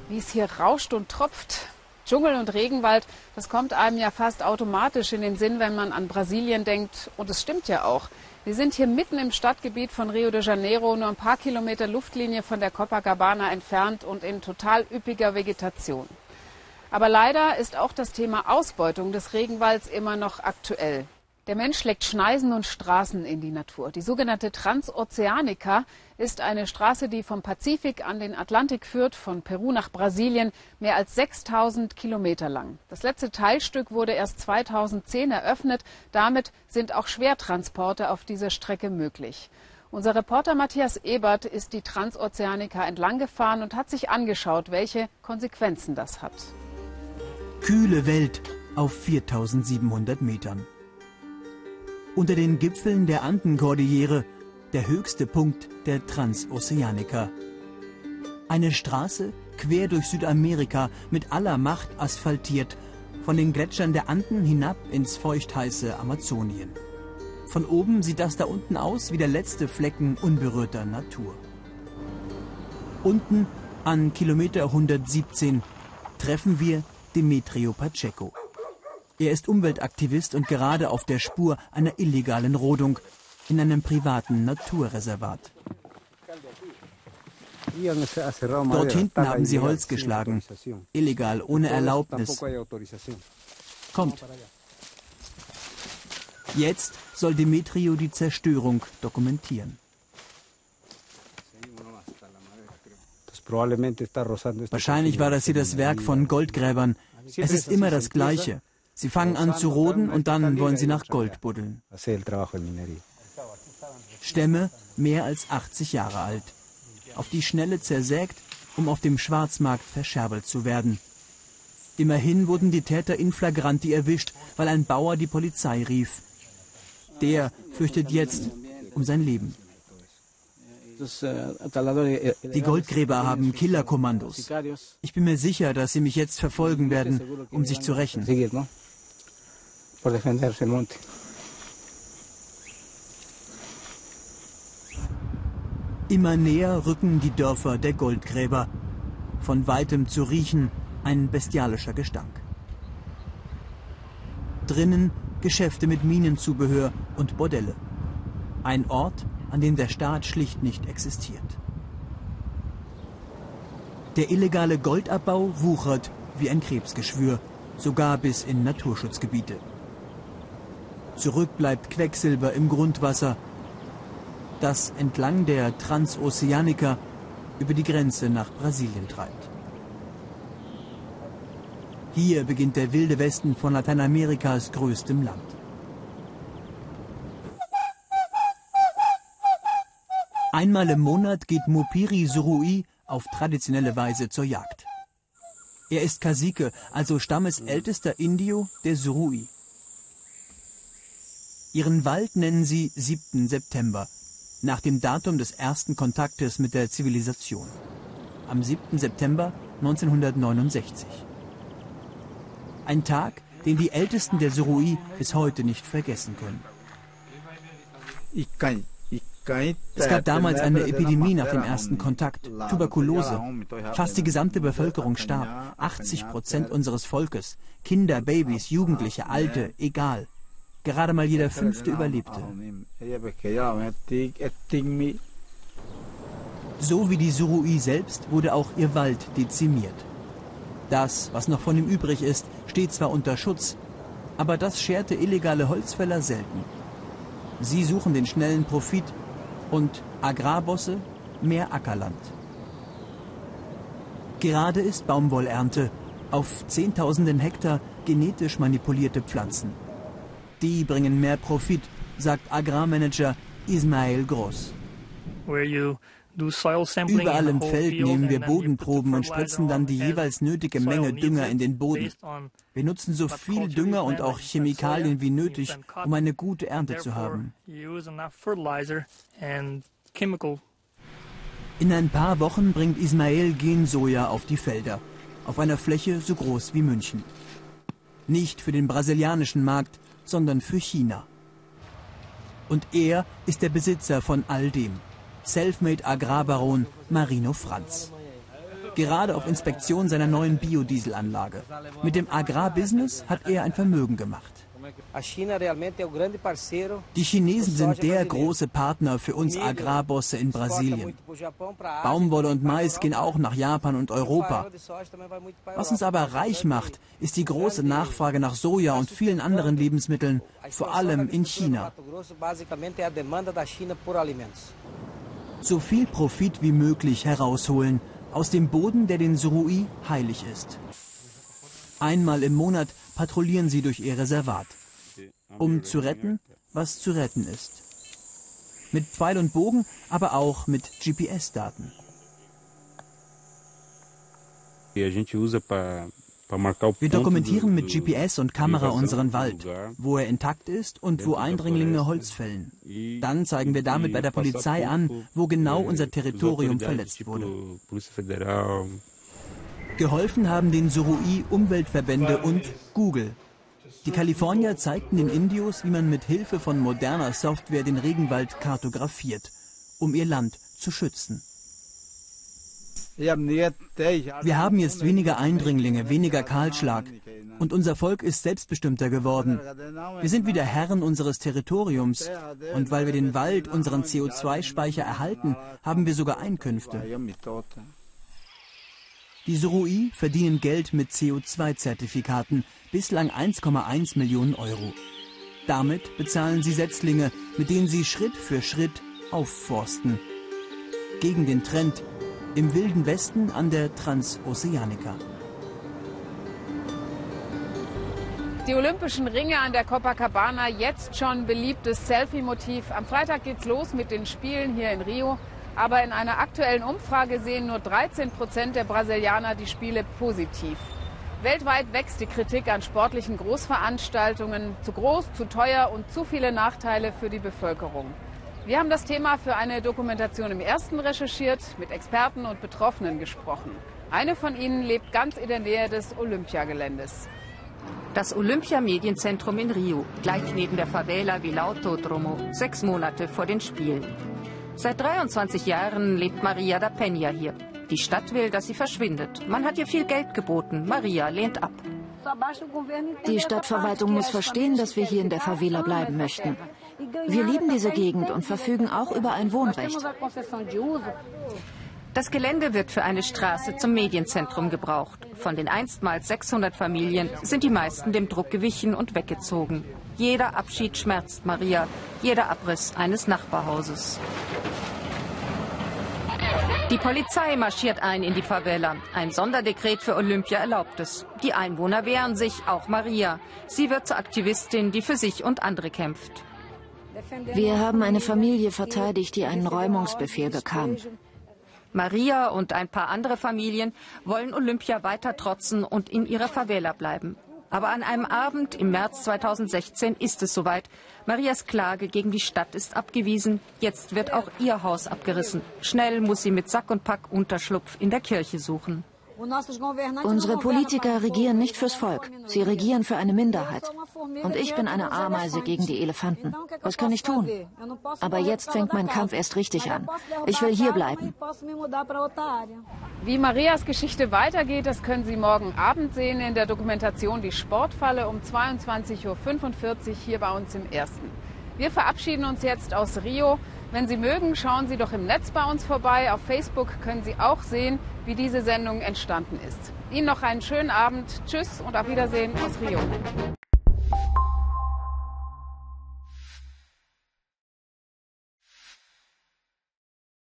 Wie es hier rauscht und tropft. Dschungel und Regenwald, das kommt einem ja fast automatisch in den Sinn, wenn man an Brasilien denkt. Und es stimmt ja auch. Wir sind hier mitten im Stadtgebiet von Rio de Janeiro, nur ein paar Kilometer Luftlinie von der Copacabana entfernt und in total üppiger Vegetation. Aber leider ist auch das Thema Ausbeutung des Regenwalds immer noch aktuell. Der Mensch legt Schneisen und Straßen in die Natur. Die sogenannte Transoceanica ist eine Straße, die vom Pazifik an den Atlantik führt, von Peru nach Brasilien, mehr als 6000 Kilometer lang. Das letzte Teilstück wurde erst 2010 eröffnet. Damit sind auch Schwertransporte auf dieser Strecke möglich. Unser Reporter Matthias Ebert ist die Transoceanica entlang gefahren und hat sich angeschaut, welche Konsequenzen das hat. Kühle Welt auf 4700 Metern. Unter den Gipfeln der Andenkordillere, der höchste Punkt der Transoceanica. Eine Straße quer durch Südamerika mit aller Macht asphaltiert, von den Gletschern der Anden hinab ins feuchtheiße Amazonien. Von oben sieht das da unten aus wie der letzte Flecken unberührter Natur. Unten an Kilometer 117 treffen wir Demetrio Pacheco. Er ist Umweltaktivist und gerade auf der Spur einer illegalen Rodung in einem privaten Naturreservat. Dort hinten haben sie Holz geschlagen, illegal, ohne Erlaubnis. Kommt. Jetzt soll Demetrio die Zerstörung dokumentieren. Wahrscheinlich war das hier das Werk von Goldgräbern. Es ist immer das Gleiche. Sie fangen an zu roden und dann wollen sie nach Gold buddeln. Stämme mehr als 80 Jahre alt. Auf die Schnelle zersägt, um auf dem Schwarzmarkt verscherbelt zu werden. Immerhin wurden die Täter in flagranti erwischt, weil ein Bauer die Polizei rief. Der fürchtet jetzt um sein Leben. Die Goldgräber haben Killerkommandos. Ich bin mir sicher, dass sie mich jetzt verfolgen werden, um sich zu rächen. Immer näher rücken die Dörfer der Goldgräber. Von weitem zu riechen ein bestialischer Gestank. Drinnen Geschäfte mit Minenzubehör und Bordelle. Ein Ort, an dem der Staat schlicht nicht existiert. Der illegale Goldabbau wuchert wie ein Krebsgeschwür, sogar bis in Naturschutzgebiete. Zurück bleibt Quecksilber im Grundwasser, das entlang der Transoceanica über die Grenze nach Brasilien treibt. Hier beginnt der wilde Westen von Lateinamerikas größtem Land. Einmal im Monat geht Mupiri Surui auf traditionelle Weise zur Jagd. Er ist Cacique, also stammesältester Indio der Surui. Ihren Wald nennen sie 7. September, nach dem Datum des ersten Kontaktes mit der Zivilisation. Am 7. September 1969. Ein Tag, den die Ältesten der Surui bis heute nicht vergessen können. Es gab damals eine Epidemie nach dem ersten Kontakt, Tuberkulose. Fast die gesamte Bevölkerung starb, 80% unseres Volkes, Kinder, Babys, Jugendliche, Alte, egal. Gerade mal jeder 5. überlebte. So wie die Surui selbst wurde auch ihr Wald dezimiert. Das, was noch von ihm übrig ist, steht zwar unter Schutz, aber das scherte illegale Holzfäller selten. Sie suchen den schnellen Profit und Agrarbosse mehr Ackerland. Gerade ist Baumwollernte auf Zehntausenden Hektar genetisch manipulierte Pflanzen. Die bringen mehr Profit, sagt Agrarmanager Ismael Gross. Überall im Feld nehmen wir Bodenproben und spritzen dann die jeweils nötige Menge Dünger in den Boden. Wir nutzen so viel Dünger und auch Chemikalien wie nötig, um eine gute Ernte zu haben. In ein paar Wochen bringt Ismael Gensoja auf die Felder, auf einer Fläche so groß wie München. Nicht für den brasilianischen Markt, sondern für China. Und er ist der Besitzer von all dem. Selfmade Agrarbaron Marino Franz. gerade auf Inspektion seiner neuen Biodieselanlage. Mit dem Agrarbusiness hat er ein Vermögen gemacht. Die Chinesen sind der große Partner für uns Agrarbosse in Brasilien. Baumwolle und Mais gehen auch nach Japan und Europa. Was uns aber reich macht, ist die große Nachfrage nach Soja und vielen anderen Lebensmitteln, vor allem in China. So viel Profit wie möglich herausholen aus dem Boden, der den Suruí heilig ist. Einmal im Monat patrouillieren sie durch ihr Reservat, um zu retten, was zu retten ist. Mit Pfeil und Bogen, aber auch mit GPS-Daten. Wir dokumentieren mit GPS und Kamera unseren Wald, wo er intakt ist und wo Eindringlinge Holz fällen. Dann zeigen wir damit bei der Polizei an, wo genau unser Territorium verletzt wurde. Geholfen haben den Suruí Umweltverbände und Google. Die Kalifornier zeigten den Indios, wie man mit Hilfe von moderner Software den Regenwald kartografiert, um ihr Land zu schützen. Wir haben jetzt weniger Eindringlinge, weniger Kahlschlag und unser Volk ist selbstbestimmter geworden. Wir sind wieder Herren unseres Territoriums und weil wir den Wald, unseren CO2-Speicher erhalten, haben wir sogar Einkünfte. Die Suruí verdienen Geld mit CO2-Zertifikaten, bislang 1,1 Millionen Euro. Damit bezahlen sie Setzlinge, mit denen sie Schritt für Schritt aufforsten. Gegen den Trend im Wilden Westen an der Transoceanica. Die Olympischen Ringe an der Copacabana, jetzt schon beliebtes Selfie-Motiv. Am Freitag geht's los mit den Spielen hier in Rio. Aber in einer aktuellen Umfrage sehen nur 13% der Brasilianer die Spiele positiv. Weltweit wächst die Kritik an sportlichen Großveranstaltungen. Zu groß, zu teuer und zu viele Nachteile für die Bevölkerung. Wir haben das Thema für eine Dokumentation im Ersten recherchiert, mit Experten und Betroffenen gesprochen. Eine von ihnen lebt ganz in der Nähe des Olympiageländes. Das Olympia-Medienzentrum in Rio, gleich neben der Favela Vila Autódromo, 6 Monate vor den Spielen. Seit 23 Jahren lebt Maria da Penha hier. Die Stadt will, dass sie verschwindet. Man hat ihr viel Geld geboten. Maria lehnt ab. Die Stadtverwaltung muss verstehen, dass wir hier in der Favela bleiben möchten. Wir lieben diese Gegend und verfügen auch über ein Wohnrecht. Das Gelände wird für eine Straße zum Medienzentrum gebraucht. Von den einstmals 600 Familien sind die meisten dem Druck gewichen und weggezogen. Jeder Abschied schmerzt Maria, jeder Abriss eines Nachbarhauses. Die Polizei marschiert ein in die Favela. Ein Sonderdekret für Olympia erlaubt es. Die Einwohner wehren sich, auch Maria. Sie wird zur Aktivistin, die für sich und andere kämpft. Wir haben eine Familie verteidigt, die einen Räumungsbefehl bekam. Maria und ein paar andere Familien wollen Olympia weiter trotzen und in ihrer Favela bleiben. Aber an einem Abend im März 2016 ist es soweit. Marias Klage gegen die Stadt ist abgewiesen. Jetzt wird auch ihr Haus abgerissen. Schnell muss sie mit Sack und Pack Unterschlupf in der Kirche suchen. Unsere Politiker regieren nicht fürs Volk. Sie regieren für eine Minderheit. Und ich bin eine Ameise gegen die Elefanten. Was kann ich tun? Aber jetzt fängt mein Kampf erst richtig an. Ich will hier bleiben. Wie Marias Geschichte weitergeht, das können Sie morgen Abend sehen in der Dokumentation Die Sportfalle um 22:45 Uhr hier bei uns im Ersten. Wir verabschieden uns jetzt aus Rio. Wenn Sie mögen, schauen Sie doch im Netz bei uns vorbei. Auf Facebook können Sie auch sehen, wie diese Sendung entstanden ist. Ihnen noch einen schönen Abend. Tschüss und auf Wiedersehen aus Rio.